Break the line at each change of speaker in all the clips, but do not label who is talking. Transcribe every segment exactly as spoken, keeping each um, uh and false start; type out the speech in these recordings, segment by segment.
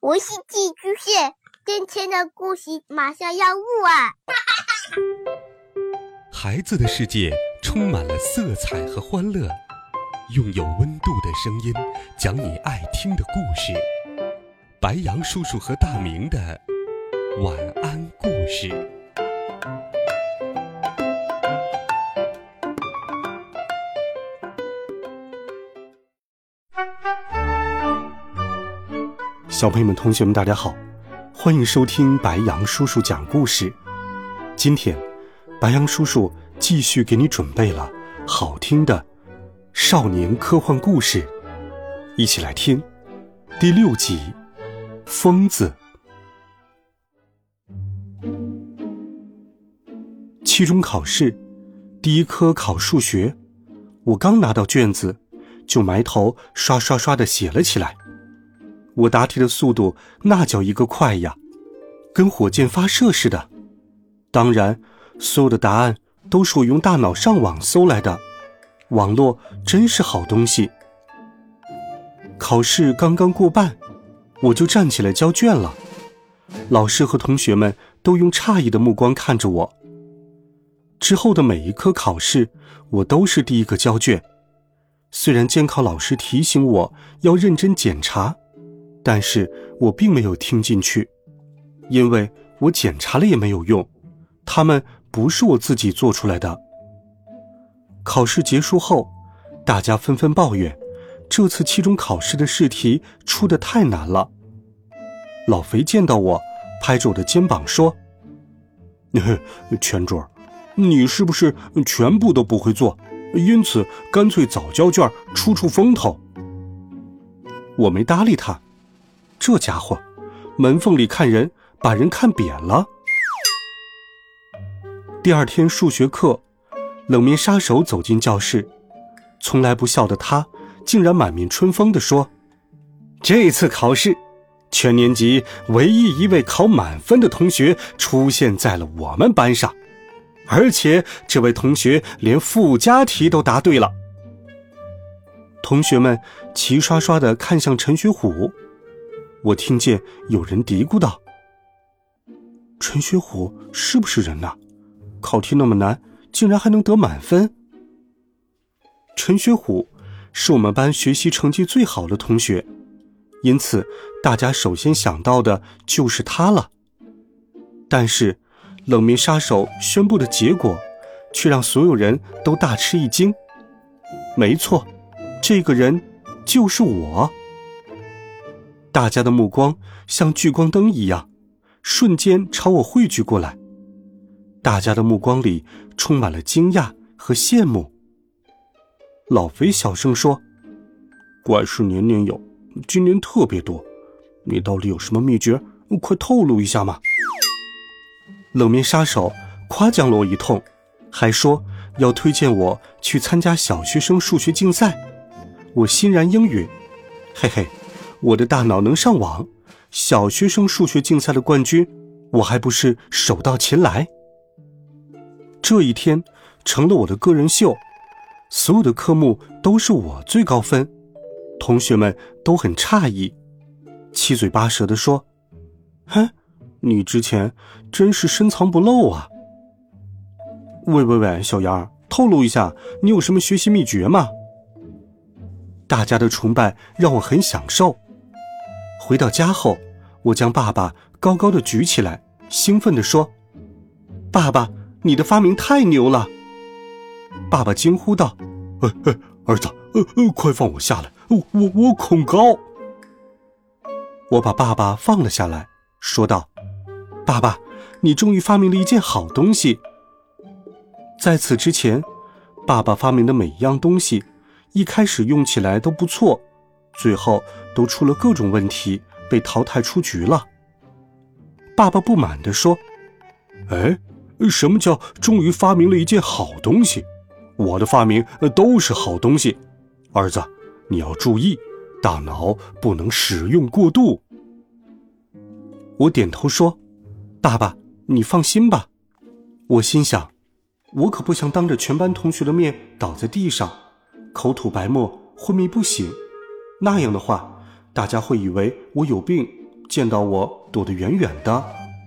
我是寄居蟹，今天的故事马上要录啊！
孩子的世界充满了色彩和欢乐，用有温度的声音讲你爱听的故事。白羊叔叔和大明的晚安故事。
小朋友们同学们大家好，欢迎收听白羊叔叔讲故事。今天白羊叔叔继续给你准备了好听的少年科幻故事，一起来听第六集疯子。期中考试第一科考数学，我刚拿到卷子就埋头刷刷刷地写了起来。我答题的速度那叫一个快呀，跟火箭发射似的。当然所有的答案都是我用大脑上网搜来的，网络真是好东西。考试刚刚过半，我就站起来交卷了。老师和同学们都用诧异的目光看着我。之后的每一科考试我都是第一个交卷，虽然监考老师提醒我要认真检查，但是我并没有听进去，因为我检查了也没有用，它们不是我自己做出来的。考试结束后，大家纷纷抱怨这次期中考试的试题出得太难了。老肥见到我，拍着我的肩膀说：全桌，你是不是全部都不会做，因此干脆早交卷出出风头？我没搭理他，这家伙门缝里看人，把人看扁了。第二天数学课，冷面杀手走进教室，从来不笑的他竟然满面春风地说：这次考试全年级唯一一位考满分的同学出现在了我们班上，而且这位同学连附加题都答对了。同学们齐刷刷地看向陈学虎，我听见有人嘀咕道：陈学虎是不是人啊？考题那么难，竟然还能得满分。陈学虎是我们班学习成绩最好的同学，因此大家首先想到的就是他了。但是冷面杀手宣布的结果却让所有人都大吃一惊。没错，这个人就是我。大家的目光像聚光灯一样瞬间朝我汇聚过来，大家的目光里充满了惊讶和羡慕。老肥小声说：怪事年年有，今年特别多，你到底有什么秘诀？快透露一下嘛。冷面杀手夸奖了我一通，还说要推荐我去参加小学生数学竞赛。我欣然应允，嘿嘿，我的大脑能上网，小学生数学竞赛的冠军，我还不是手到擒来。这一天成了我的个人秀，所有的科目都是我最高分，同学们都很诧异，七嘴八舌地说：嘿，你之前真是深藏不露啊。喂喂喂，小杨，透露一下你有什么学习秘诀吗？大家的崇拜让我很享受。回到家后，我将爸爸高高的举起来，兴奋地说：爸爸，你的发明太牛了。爸爸惊呼道：呃呃，儿子，呃呃，快放我下来，我我我恐高。我把爸爸放了下来，说道：爸爸，你终于发明了一件好东西。在此之前，爸爸发明的每一样东西一开始用起来都不错，最后都出了各种问题，被淘汰出局了。爸爸不满地说：哎，什么叫终于发明了一件好东西？我的发明都是好东西，儿子，你要注意，大脑不能使用过度。我点头说：爸爸，你放心吧。我心想，我可不想当着全班同学的面倒在地上，口吐白沫，昏迷不醒，那样的话大家会以为我有病， 见到我躲得远远的。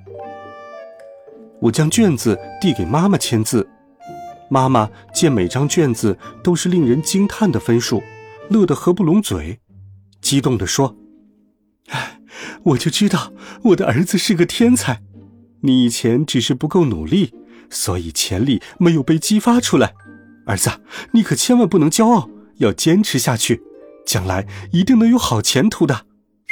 我将卷子递给妈妈签字，妈妈见每张卷子都是令人惊叹的分数，乐得合不拢嘴，激动地说：我就知道我的儿子是个天才，你以前只是不够努力，所以潜力没有被激发出来。儿子，你可千万不能骄傲，要坚持下去，将来一定能有好前途的。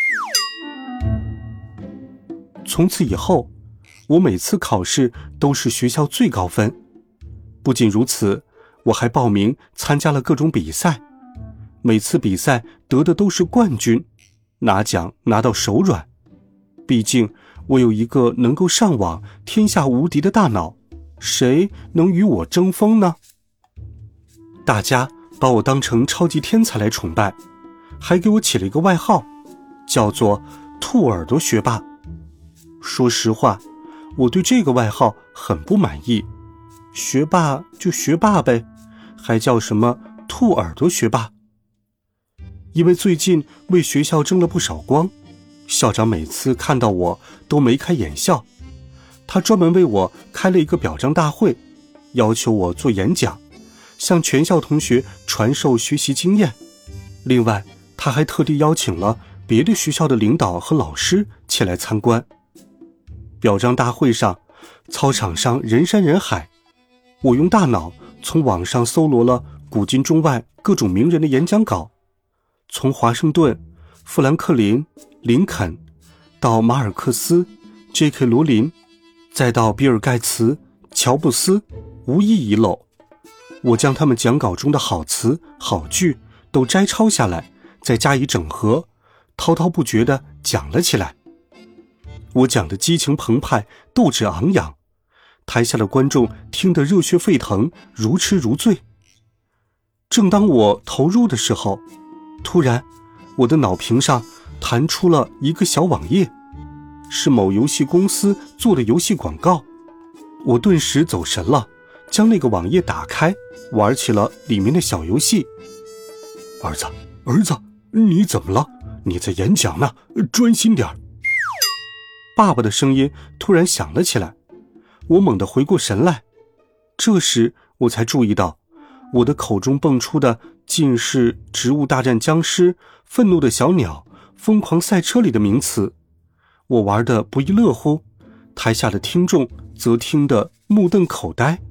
从此以后，我每次考试都是学校最高分。不仅如此，我还报名参加了各种比赛，每次比赛得的都是冠军，拿奖拿到手软。毕竟我有一个能够上网、天下无敌的大脑，谁能与我争锋呢？大家把我当成超级天才来崇拜，还给我起了一个外号，叫做兔耳朵学霸。说实话，我对这个外号很不满意，学霸就学霸呗，还叫什么兔耳朵学霸？因为最近为学校争了不少光，校长每次看到我都眉开眼笑，他专门为我开了一个表彰大会，要求我做演讲，向全校同学传授学习经验。另外，他还特地邀请了别的学校的领导和老师前来参观。表彰大会上，操场上人山人海，我用大脑从网上搜罗了古今中外各种名人的演讲稿，从华盛顿、富兰克林、林肯到马尔克斯、J K 罗琳，再到比尔盖茨、乔布斯，无一遗漏。我将他们讲稿中的好词好句都摘抄下来，再加以整合，滔滔不绝地讲了起来。我讲得激情澎湃，斗志昂扬，台下的观众听得热血沸腾，如痴如醉。正当我投入的时候，突然我的脑屏上弹出了一个小网页，是某游戏公司做的游戏广告。我顿时走神了，将那个网页打开，玩起了里面的小游戏。儿子，儿子，你怎么了？你在演讲呢，专心点儿。爸爸的声音突然响了起来，我猛地回过神来，这时我才注意到，我的口中蹦出的尽是植物大战僵尸、愤怒的小鸟、疯狂赛车里的名词。我玩得不亦乐乎，台下的听众则听得目瞪口呆。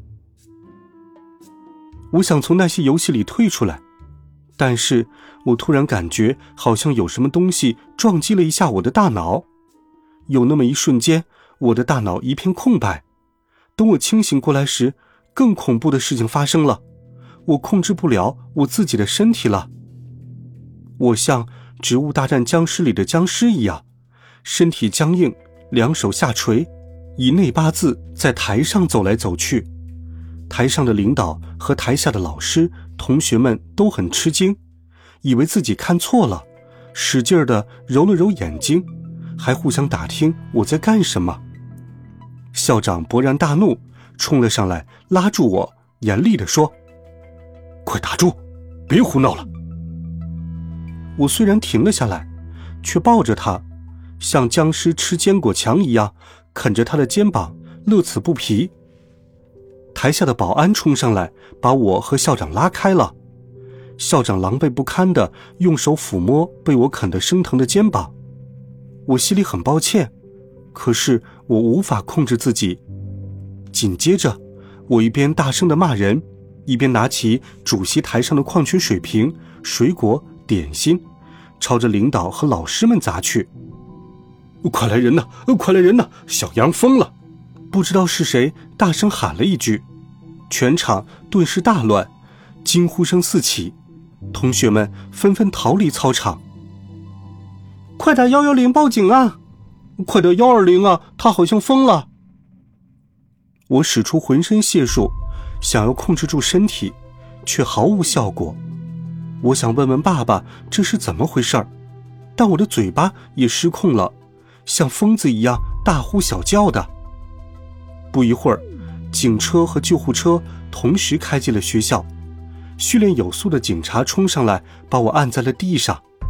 我想从那些游戏里退出来，但是我突然感觉好像有什么东西撞击了一下我的大脑。有那么一瞬间，我的大脑一片空白。等我清醒过来时，更恐怖的事情发生了，我控制不了我自己的身体了。我像《植物大战僵尸》里的僵尸一样，身体僵硬，两手下垂，以内八字在台上走来走去。台上的领导和台下的老师、同学们都很吃惊，以为自己看错了，使劲地揉了揉眼睛，还互相打听我在干什么。校长勃然大怒，冲了上来，拉住我，严厉地说：快打住，别胡闹了。我虽然停了下来，却抱着他，像僵尸吃坚果强一样啃着他的肩膀，乐此不疲。台下的保安冲上来，把我和校长拉开了。校长狼狈不堪地用手抚摸被我啃得生疼的肩膀。我心里很抱歉，可是我无法控制自己。紧接着，我一边大声地骂人，一边拿起主席台上的矿泉水瓶、水果、点心，朝着领导和老师们砸去。快来人呐，快来人呐，小杨疯了！不知道是谁大声喊了一句，全场顿时大乱，惊呼声四起，同学们纷纷逃离操场。快打一一零报警啊！快打一二零啊！他好像疯了！我使出浑身解数，想要控制住身体，却毫无效果。我想问问爸爸这是怎么回事儿，但我的嘴巴也失控了，像疯子一样大呼小叫的。不一会儿，警车和救护车同时开进了学校，训练有素的警察冲上来，把我按在了地上，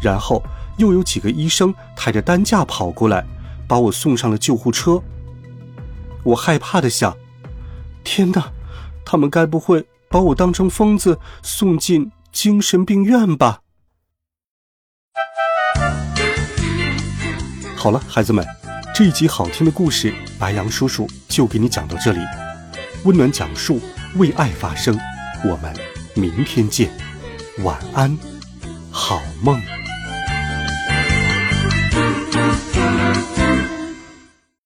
然后又有几个医生抬着担架跑过来，把我送上了救护车。我害怕地想，天哪，他们该不会把我当成疯子送进精神病院吧？好了，孩子们，这一集好听的故事，白羊叔叔就给你讲到这里。温暖讲述，为爱发声，我们明天见，晚安，好梦。